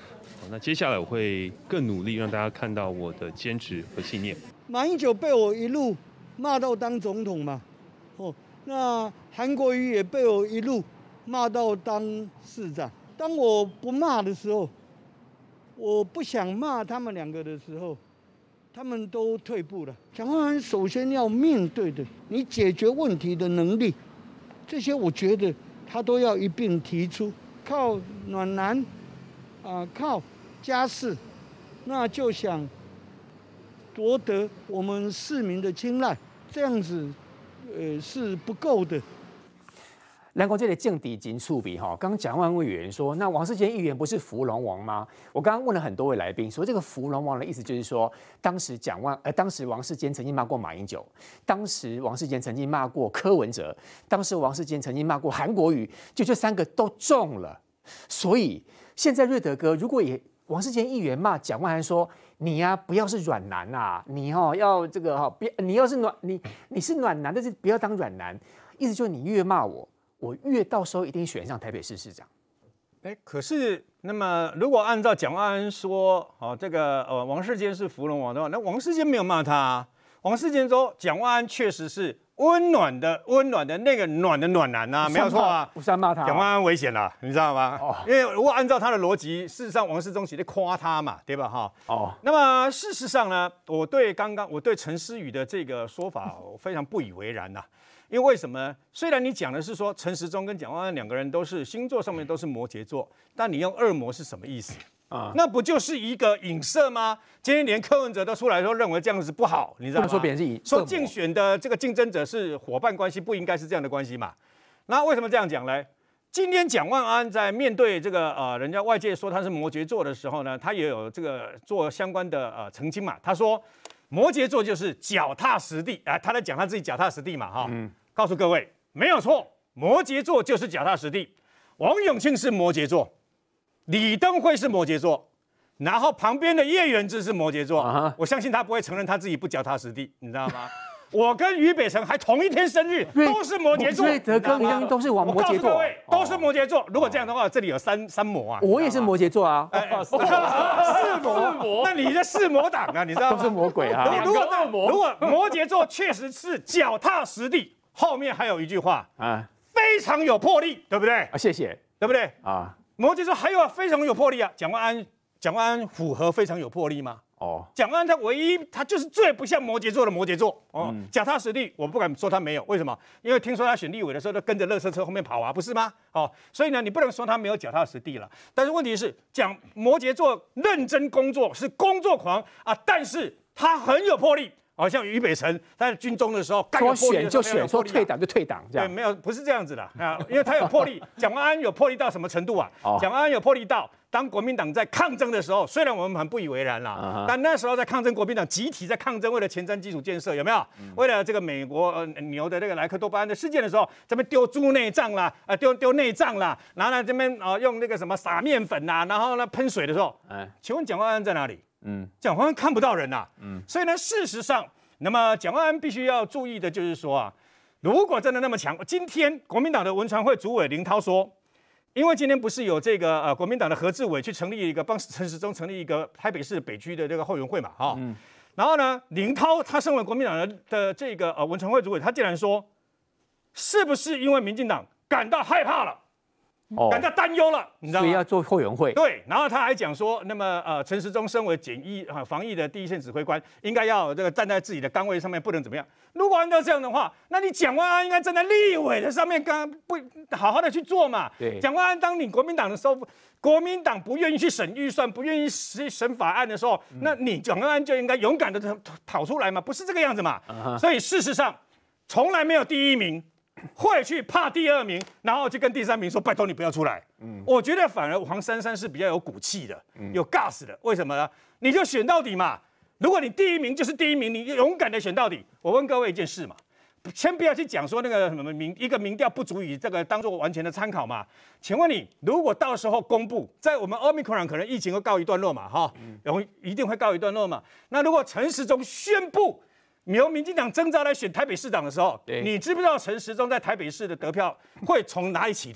那接下来我会更努力，让大家看到我的坚持和信念。 马英九被我一路骂到当总统嘛，哦，那韩国瑜也被我一路骂到当市长。当我不骂的时候，我不想骂他们两个的时候，他们都退步了。蒋万安首先要面对的，你解决问题的能力，这些我觉得他都要一并提出。靠暖男，啊、呃，靠家事，那就想夺得我们市民的青睐，这样子，呃，是不够的。 蓝光这里政敌金触笔哈，刚刚蒋万安委员说，那王世坚议员不是扶龙王吗？我刚刚问了很多位来宾，说这个扶龙王的意思就是说，当时蒋万呃，当时王世坚曾经骂过马英九，当时王世坚曾经骂过柯文哲，当时王世坚曾经骂过韩国瑜，就这三个都中了。所以现在瑞德哥如果也王世坚议员骂蒋万安说，你呀、啊、不要是软男啊，你哦要这个哈，别你要是暖你你是暖男，但是不要当软男，意思就是你越骂我。我越到时候一定选上台北市市长。 哎，可是那么如果按照蒋万安说，哦，这个呃王世坚是扶龙王的话，那王世坚没有骂他、啊。王世坚说蒋万安确实是温暖的温暖的那个暖的暖男啊，没有错啊。 不是骂他， 蒋万安危险了，你知道吗？哦，因为如果按照他的逻辑，事实上王世忠其实夸他嘛，对吧？哈。哦。那么事实上呢，我对刚刚我对陈思宇的这个说法，我非常不以为然呐、啊。因为为什么呢？虽然你讲的是说陈时中跟蒋万安两个人都是星座上面都是摩羯座，但你用恶魔是什么意思啊？那不就是一个影射吗？今天连柯文哲都出来说认为这样子不好，你知道吗？ 说别人是说竞选的这个竞争者是伙伴关系，不应该是这样的关系嘛？那为什么这样讲呢？今天蒋万安在面对这个呃人家外界说他是摩羯座的时候呢，他也有这个做相关的呃澄清嘛。他说摩羯座就是脚踏实地啊、呃，他在讲他自己脚踏实地嘛哈。嗯。告诉各位，没有错，摩羯座就是脚踏实地。王永庆是摩羯座，李登辉是摩羯座，然后旁边的叶元之是摩羯座。Uh-huh. 我相信他不会承认他自己不脚踏实地，你知道吗？我跟俞北辰还同一天生日，都是摩羯座。 瑞德哥、李登都是往摩羯座。 各位，都是摩羯座。如果这样的话，这里有三三摩啊。 我也是摩羯座啊。 哎、四摩，那你的四摩党啊，你知道吗？ 都是魔鬼啊。 如果如果摩羯座确实是脚踏实地。后面还有一句话啊，非常有魄力，对不对？ 啊，谢谢， 对不对？啊，摩羯座还有非常有魄力啊。蒋万安，蒋万安符合非常有魄力吗？哦，蒋万安他唯一他就是最不像摩羯座的摩羯座哦，嗯、脚踏实地，我不敢说他没有，为什么？因为听说他选立委的时候都跟着垃圾车后面跑啊，不是吗？哦，所以呢，你不能说他没有脚踏实地了。但是问题是，讲摩羯座认真工作是工作狂啊，但是他很有魄力。好像俞北辰他在军中的时候， 说选就选，说退党就退党，这样对，没有不是这样子的啊，因为他有魄力。蒋万安有魄力到什么程度啊？哦、蒋万安有魄力到，当国民党在抗争的时候，虽然我们很不以为然啦，啊、但那时候在抗争，国民党集体在抗争，为了前瞻基础建设，有没有？嗯、为了这个美国呃牛的这个莱克多巴胺的事件的时候，这边丢猪内脏啦，啊丢丢内脏啦，然后呢这边啊、呃、用那个什么撒面粉啦，然后呢喷水的时候，哎，请问蒋万安在哪里？嗯，蒋万安看不到人呐、啊。嗯，所以呢，事实上。那么蒋万安必须要注意的就是说啊，如果真的那么强，今天国民党的文传会主委林涛说，因为今天不是有这个呃国民党的何志伟去成立一个帮陈时中成立一个台北市北区的这个后援会嘛，哈、哦，嗯、然后呢，林涛他身为国民党的的这个呃文传会主委，他竟然说，是不是因为民进党感到害怕了？哦、感到担忧了，你知道吗？ 所以要做后援会。 对，然后他还讲说，那么呃，陈时中身为检疫啊防疫的第一线指挥官，应该要这个站在自己的岗位上面，不能怎么样。如果按照这样的话，那你蒋万安应该站在立委的上面，刚不好好的去做嘛？对，蒋万安当你国民党的时候，国民党不愿意去审预算，不愿意审审法案的时候，嗯、那你蒋万安就应该勇敢的跑出来嘛，不是这个样子嘛？Uh-huh. 所以事实上，从来没有第一名。会去怕第二名，然后就跟第三名说：“拜托你不要出来。”嗯，我觉得反而黄珊珊是比较有骨气的，嗯、有 gas 的。为什么呢？你就选到底嘛。如果你第一名就是第一名，你勇敢的选到底。我问各位一件事嘛，先不要去讲说那个什么民一个民调不足以这个当做完全的参考嘛。请问你，如果到时候公布，在我们 Omicron 可能疫情会告一段落嘛，哈，嗯，一定会告一段落嘛。那如果陈时中宣布。由民进党征召来选台北市长的时候，你知不知道陈时中在台北市的得票会从哪里起跳？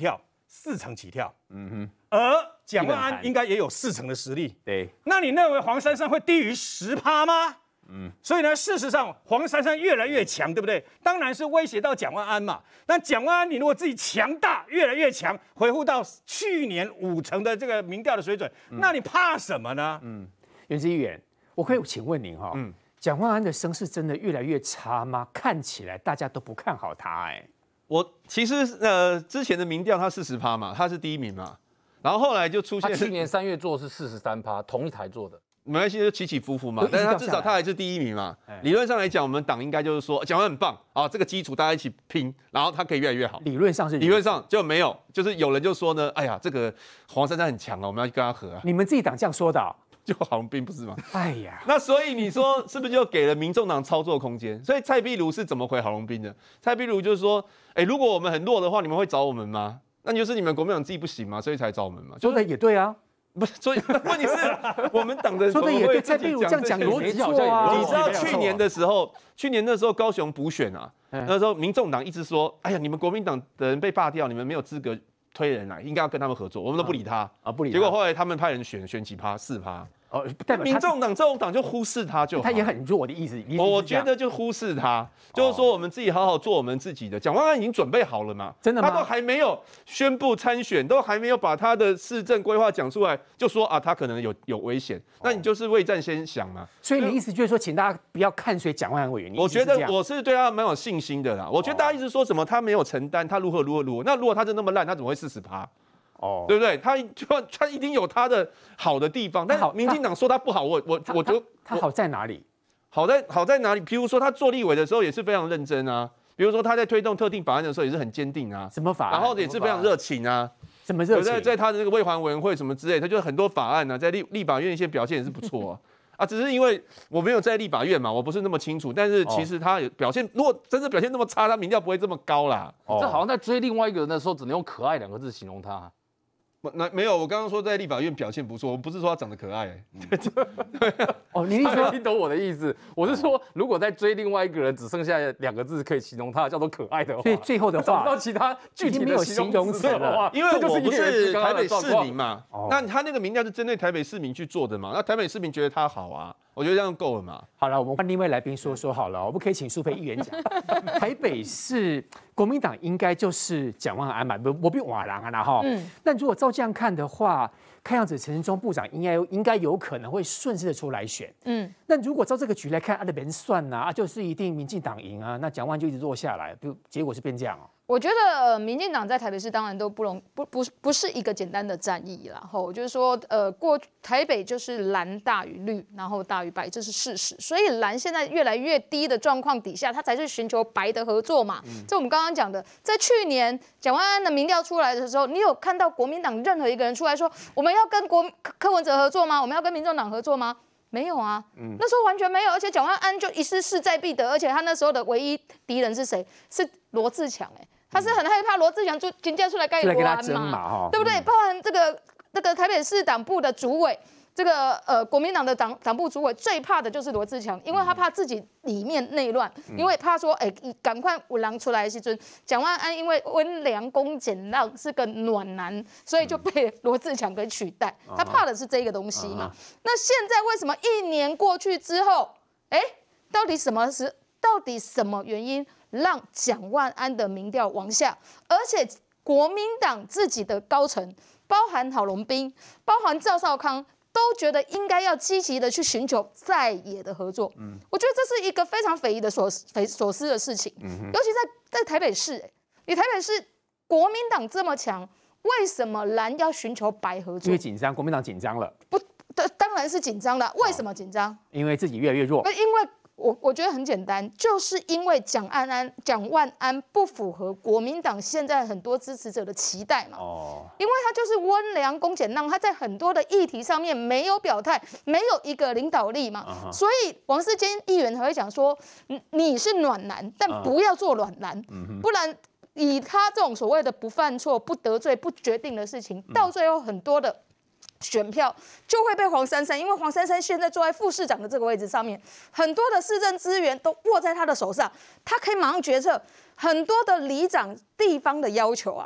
四成起跳， 嗯哼， 而蒋万安应该也有四成的实力。 对， 那你认为黄珊珊会低于十趴吗？嗯，所以呢，事实上黄珊珊越来越强，对不对？当然是威胁到蒋万安嘛。那蒋万安，你如果自己强大，越来越强，回复到去年五成的这个民调的水准，嗯、那你怕什么呢？ 嗯，袁志议员，我可以请问您哈、哦，嗯，蒋万安的声势真的越来越差吗？看起来大家都不看好他，哎， 我其实呃之前的民调他四十趴嘛，他是第一名嘛，然后后来就出现他去年三月做是四十三趴，同一台做的。 没关系，就起起伏伏嘛，但是他至少他还是第一名嘛。理论上来讲，我们党应该就是说，蒋万安很棒啊，这个基础大家一起拼，然后他可以越来越好。 理论上是理论上就没有，就是有人就说呢，哎呀，这个黄珊珊很强哦，我们要去跟他合啊。 你们自己党这样说的、哦？ 就郝龙斌不是吗？ 哎呀， 那所以你说是不是就给了民众党操作空间？所以蔡壁如是怎么回郝龙斌的？蔡壁如就是说，哎，如果我们很弱的话，你们会找我们吗？那就是你们国民党自己不行嘛，所以才找我们嘛。 说的也对啊。 不是，所以问题是，我们党的说的也对，蔡壁如这样讲逻辑好像你知道去年的时候，去年那时候高雄补选啊，那时候民众党一直说，哎呀，你们国民党的人被罢掉，你们没有资格推人来，应该要跟他们合作，我们都不理他啊，不理。 结果后来他们派人选，选几趴，四趴。 哦，代表民众党这种党就忽视他就好， 他也很弱的意思。 我觉得就忽视他，就是说我们自己好好做我们自己的。蒋万安已经准备好了嘛？ 真的吗？ 他都还没有宣布参选，都还没有把他的市政规划讲出来，就说啊，他可能有有危险。那你就是未战先降嘛？ 所以你意思就是说，请大家不要看衰蒋万安委员。 我觉得我是对他蛮有信心的啦。我觉得大家一直说什么他没有承担，他如何如何如何。那如果他真那么烂，他怎么会四十趴？哦，对不对？他就他一定有他的好的地方，但是民进党说他不好，我我我就他好在哪里？ 好在好在哪里？比如说他做立委的时候也是非常认真啊，比如说他在推动特定法案的时候也是很坚定啊， 什么法案？ 然后也是非常热情啊， 什么热情？ 在在他的那个卫环委员会什么之类，他就很多法案啊，在立立法院一些表现也是不错啊。啊，只是因为我没有在立法院嘛，我不是那么清楚。但是其实他表现，如果真的表现那么差，他民调不会这么高啦。 哦、这好像在追另外一个人的时候，只能用可爱两个字形容他。 那没有，我刚刚说在立法院表现不错，我不是说他长得可爱、欸。 嗯、哦，你说听懂我的意思？我是说，如果在追另外一个人，只剩下两个字可以形容他，叫做可爱的话， 所以最后的话找不到其他具体的形容词的话， 因为我不是台北市民嘛，那他那个民调是针对台北市民去做的嘛，那台北市民觉得他好啊。我觉得这样够了嘛？ 好了，我们换另外来宾说说好了，我们可以请苏培议员讲。台北市国民党应该就是蒋万安嘛，我比瓦郎啊啦哈。嗯。那如果照这样看的话，看样子陈时中部长应该应该有可能会顺势的出来选。嗯。那如果照这个局来看，啊，那边算呐，啊，就是一定民进党赢啊，那蒋万安就一直落下来，不，结果是变这样哦。 我觉得呃，民进党在台北市当然都不容不不不是一个简单的战役啦。后就是说，呃，过台北就是蓝大于绿，然后大于白，这是事实。所以蓝现在越来越低的状况底下，他才是寻求白的合作嘛。嗯、这我们刚刚讲的，在去年蒋万安的民调出来的时候，你有看到国民党任何一个人出来说，我们要跟国柯文哲合作吗？我们要跟民众党合作吗？没有啊，嗯、那时候完全没有，而且蒋万安就一次势在必得，而且他那时候的唯一敌人是谁？是罗智强哎、欸。他是很害怕罗智强就紧接出来盖国安嘛，对不对？包含这个这个台北市党部的主委，这个呃国民党的党党部主委最怕的就是罗智强，因为他怕自己里面内乱，因为怕说哎赶快有人出来的时阵，蒋万安因为温良恭俭让是个暖男，所以就被罗智强给取代。他怕的是这个东西嘛。那现在为什么一年过去之后，哎，到底什么是到底什么原因？让蒋万安的民调往下，而且国民党自己的高层，包含郝龙斌、包含赵少康，都觉得应该要积极的去寻求在野的合作。嗯，我觉得这是一个非常匪夷的所匪所思的事情。嗯，尤其在在台北市、欸，你台北市国民党这么强，为什么蓝要寻求白合作？ 因为紧张，国民党紧张了。 不，当然是紧张了。为什么紧张？ 因为自己越来越弱。 因为我我觉得很简单，就是因为蒋安安、蒋万安不符合国民党现在很多支持者的期待嘛。哦。因为他就是温良恭俭让，他在很多的议题上面没有表态，没有一个领导力嘛。Uh-huh. 所以王世坚议员还会讲说，你是暖男，但不要做软男， uh-huh. 不然以他这种所谓的不犯错、不得罪、不决定的事情，到最后很多的选票就会被黄珊珊，因为黄珊珊现在坐在副市长的这个位置上面，很多的市政资源都握在他的手上，他可以马上决策很多的里长地方的要求啊，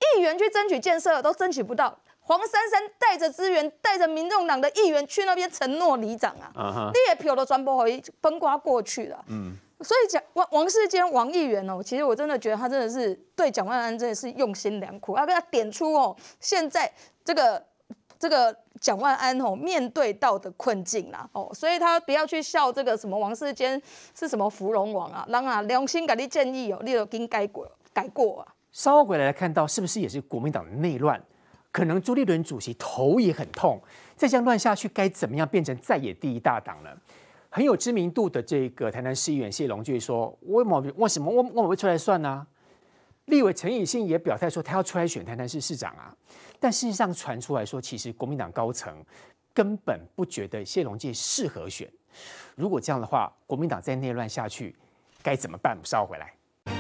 议员去争取建设都争取不到。黄珊珊带着资源，带着民众党的议员去那边承诺里长啊， uh huh. 你的票都全部可以崩刮过去了。嗯，所以讲王王世坚王议员哦，其实我真的觉得他真的是对蒋万安真的是用心良苦，要跟他点出哦，现在这个这个蒋万安哦面对到的困境啦哦，所以他不要去笑这个什么王世坚是什么芙蓉王啊，让啊良心给你建议哦，你都应该过改过啊。 稍后回来看到是不是也是国民党的内乱？可能朱立伦主席头也很痛，再这样乱下去，该怎么样变成在野第一大党呢？很有知名度的这个台南市议员谢龙就说：“为什么？为什么我我会出来算呢、啊？”立委陈以信也表态说，他要出来选台南市市长啊。但事实上传出来说，其实国民党高层根本不觉得谢龙介适合选。如果这样的话，国民党再内乱下去，该怎么办？我们稍后回来。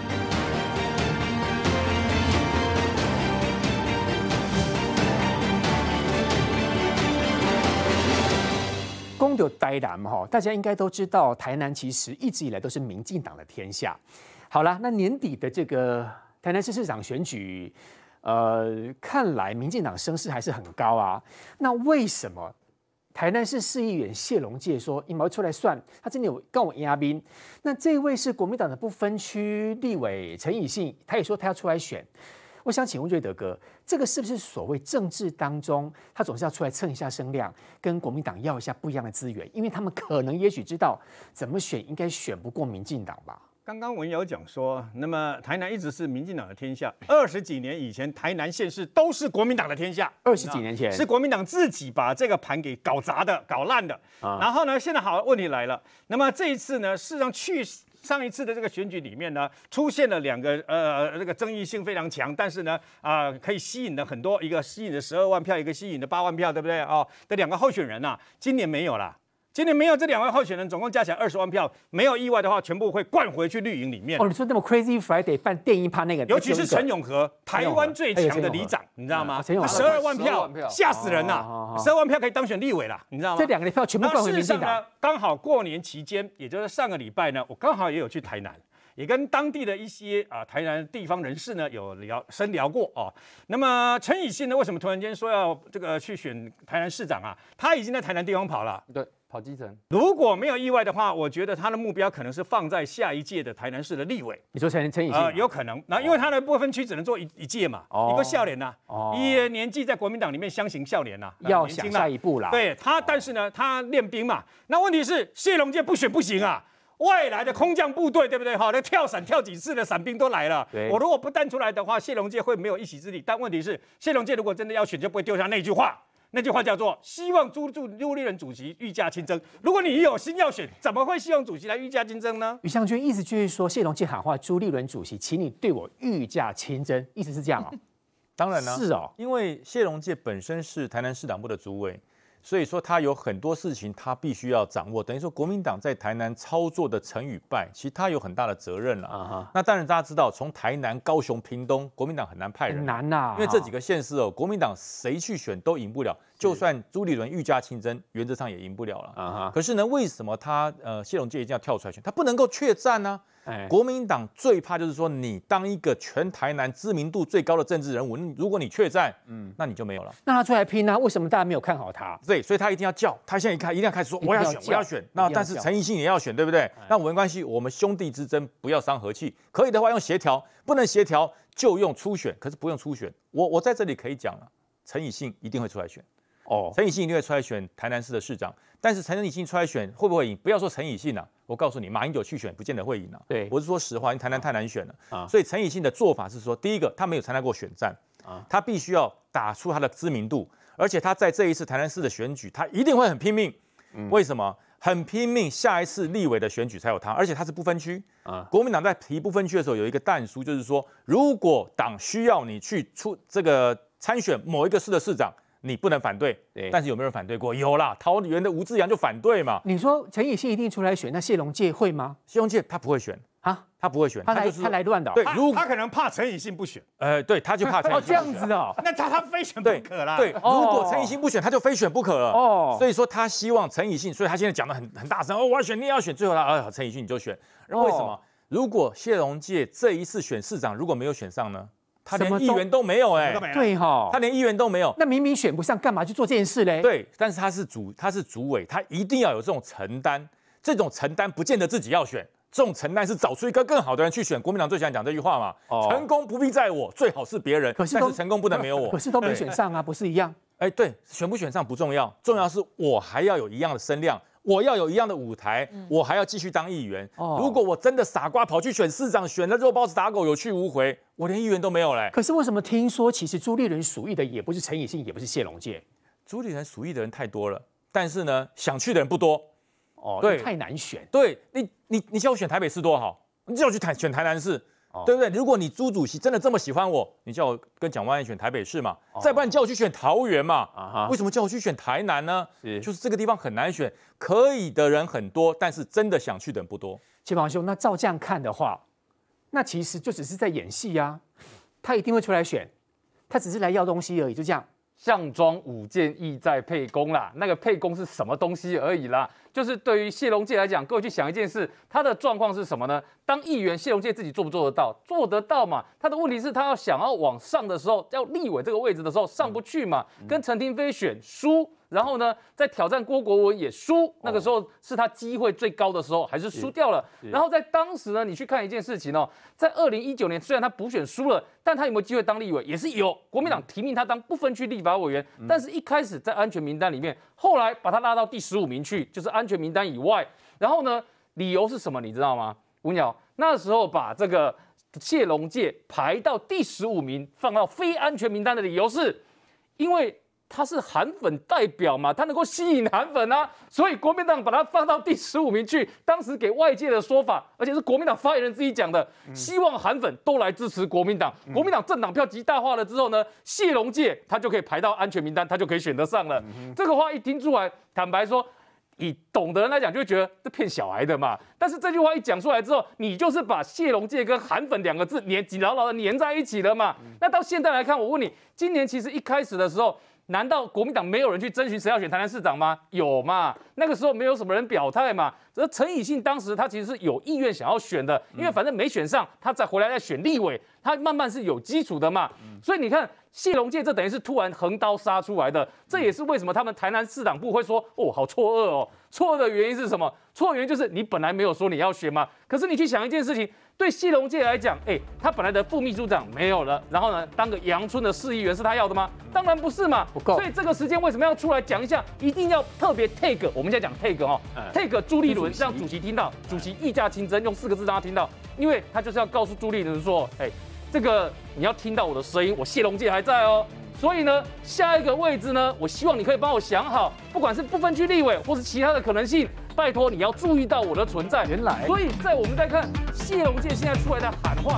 公有台南嘛，大家应该都知道，台南其实一直以来都是民进党的天下。好啦，那年底的这个台南市市长选举，呃，看来民进党声势还是很高啊。那为什么台南市市议员谢龙介说，你毛出来算，他真的有跟我压兵？那这位是国民党的不分区立委陈以信，他也说他要出来选。我想请问瑞德哥，这个是不是所谓政治当中，他总是要出来蹭一下声量，跟国民党要一下不一样的资源？因为他们可能也许知道怎么选，应该选不过民进党吧？ 刚刚文瑶讲说，那么台南一直是民进党的天下，二十几年以前，台南县市都是国民党的天下。 二十几年前是国民党自己把这个盘给搞砸的、搞烂的。啊、然后呢，现在好，问题来了，那么这一次呢，事实上去。上一次的这个选举里面呢，出现了两个呃，这个争议性非常强，但是呢，啊、呃，可以吸引了很多，一个吸引了十二万票，一个吸引了八万票，对不对？哦，这两个候选人呐、啊，今年没有了。今年没有这两位候选人，总共加起来二十万票，没有意外的话，全部会灌回去绿营里面。 哦，你说那么 Crazy Friday 办电音趴那个， 尤其是陈永和，台湾最强的里长，你知道吗？他十二万票，吓死人呐！十二万票可以当选立委了，你知道吗？ 这两个票全部灌回民进党。 刚好过年期间，也就是上个礼拜呢，我刚好也有去台南。也跟当地的一些啊台南地方人士呢有聊深聊过哦。那么陈以信呢，为什么突然间说要这个去选台南市长啊？他已经在台南地方跑了， 对，跑基层。 如果没有意外的话，我觉得他的目标可能是放在下一届的台南市的立委。 你说陈陈以信、 呃？有可能。那因为他的不分区只能做一一届嘛，哦、一个笑脸呐、啊，哦、一年纪在国民党里面相形笑脸呐、啊， 要想下一步啦。 对他，但是呢，他练兵嘛。那问题是谢龙介不选不行啊。外来的空降部队，对不对？哈，那跳伞跳几次的伞兵都来了。我如果不站出来的话，谢龙介会没有一席之地。但问题是，谢龙介如果真的要选，就不会丢下那句话。那句话叫做“希望朱朱朱立伦主席御驾亲征”。如果你有心要选，怎么会希望主席来御驾亲征呢？ 于将军意思就是说，谢龙介喊话朱立伦主席，请你对我御驾亲征，意思是这样哦。 当然了， 是哦， 因为谢龙介本身是台南市党部的主委。所以说他有很多事情他必须要掌握，等于说国民党在台南操作的成与败，其实他有很大的责任了。Uh huh. 那当然大家知道，从台南、高雄、屏东，国民党很难派人， 很难呐、啊， 因为这几个县市哦，国民党谁去选都赢不了，就算朱立伦御驾亲征，原则上也赢不了了。Uh huh. 可是呢，为什么他呃谢龙介一定要跳出来选？他不能够怯战呢、啊？国民党最怕就是说，你当一个全台南知名度最高的政治人物，如果你怯战，嗯，那你就没有了。 那他出来拼啊？为什么大家没有看好他？ 对，所以他一定要叫，他现在一看，一定要开始说我要选，我要选。那但是陈以信也要选，对不对？那没关系，我们兄弟之争不要伤和气，可以的话用协调，不能协调就用初选，可是不用初选。我我在这里可以讲了，陈以信一定会出来选。哦，陈以信一定会出来选台南市的市长，但是陈以信出来选会不会赢？不要说陈以信啊，我告诉你，马英九去选不见得会赢啊。 对， 我是说实话，因为台南太难选了啊。所以陈以信的做法是说，第一个，他没有参加过选战啊，他必须要打出他的知名度，而且他在这一次台南市的选举，他一定会很拼命。嗯、为什么？很拼命，下一次立委的选举才有他，而且他是不分区啊。国民党在提不分区的时候有一个但书，就是说，如果党需要你去出这个参选某一个市的市长。你不能反对，但是有没有人反对过？有啦，桃园的吴志阳就反对嘛。 你说陈以信一定出来选，那谢龙介会吗？ 谢龙介他不会选啊，他不会选， 他来、 就是、 他来乱的、哦。 对， 如他可能怕陈以信不选， 呃，对，他就怕陈以信。 哦，这样子哦， 那他他非选不可啦。 对，哦、如果陈以信不选，他就非选不可了。哦，所以说他希望陈以信，所以他现在讲的很很大声，哦，我要选，你也要选，最后他啊，陈以信你就选。然后为什么？哦、如果谢龙介这一次选市长如果没有选上呢？ 他连议员都没有哎、欸， 对哈， 他连议员都没有， 那明明选不上，干嘛去做这件事嘞？ 对，但是他是主，他是主委，他一定要有这种承担，这种承担不见得自己要选，这种承担是找出一个更好的人去选。国民党最喜欢讲这句话嘛，哦、成功不必在我，最好是别人，可是但是成功不能没有我。 可是都没选上啊，不是一样？ 哎，对，选不选上不重要，重要是我还要有一样的声量。我要有一样的舞台，嗯、我还要继续当议员。哦、如果我真的傻瓜跑去选市长，选了肉包子打狗，有去无回，我连议员都没有嘞。 可是为什么听说其实朱立伦属意的也不是陈以信，也不是谢龙介？ 朱立伦属意的人太多了，但是呢，想去的人不多。 哦，对，太难选。 对你，你你叫我选台北市多好，你叫我去台选台南市。哦、对不对？如果你朱主席真的这么喜欢我，你叫我跟蒋万安选台北市嘛，哦、再不然你叫我去选桃园嘛，啊、为什么叫我去选台南呢？是就是这个地方很难选，可以的人很多，但是真的想去的人不多。 切房兄，那照这样看的话，那其实就只是在演戏啊，他一定会出来选，他只是来要东西而已，就这样。 项庄舞剑，意在沛公啦。那个沛公是什么东西而已啦？就是对于谢龙介来讲，各位去想一件事，他的状况是什么呢？当议员，谢龙介自己做不做得到？做得到嘛？他的问题是，他要想要往上的时候，要立委这个位置的时候上不去嘛，跟陈亭妃选输。然后呢，在挑战郭国文也输，那个时候是他机会最高的时候，还是输掉了。然后在当时呢，你去看一件事情哦，在二零一九年，虽然他补选输了，但他有没有机会当立委，也是有。国民党提名他当不分区立法委员，但是一开始在安全名单里面，后来把他拉到第十五名去，就是安全名单以外。然后呢，理由是什么？你知道吗？吴鸟那时候把这个谢龙介排到第十五名，放到非安全名单的理由是，因为他是韩粉代表嘛，他能够吸引韩粉啊，所以国民党把他放到第十五名去。当时给外界的说法，而且是国民党发言人自己讲的，嗯、希望韩粉都来支持国民党。嗯、国民党政党票极大化了之后呢，谢龙介他就可以排到安全名单，他就可以选得上了。嗯、这个话一听出来，坦白说，以懂的人来讲，就会觉得这骗小孩的嘛。但是这句话一讲出来之后，你就是把谢龙介跟韩粉两个字黏紧牢牢的黏在一起了嘛。嗯、那到现在来看，我问你，今年其实一开始的时候，难道国民党没有人去征询谁要选台南市长吗？有嘛？那个时候没有什么人表态嘛。而陈以信当时他其实是有意愿想要选的，因为反正没选上，他再回来再选立委，他慢慢是有基础的嘛。所以你看谢龙介这等于是突然横刀杀出来的，这也是为什么他们台南市党部会说哦好错愕哦。错愕的原因是什么？错愕原因就是你本来没有说你要选嘛，可是你去想一件事情。对谢龙介来讲，哎、欸，他本来的副秘书长没有了，然后呢，当个阳春的市议员是他要的吗？当然不是嘛，不够。所以这个时间为什么要出来讲一下？一定要特别 take， 我们现在讲 take 哦、嗯、，take 朱立伦，让主席听到，主席议价清真，用四个字让他听到，因为他就是要告诉朱立伦说，哎、欸，这个你要听到我的声音，我谢龙介还在哦。所以呢，下一个位置呢，我希望你可以帮我想好，不管是不分区立委或是其他的可能性，拜托你要注意到我的存在。原来，所以在我们在看谢龙介现在出来的喊话。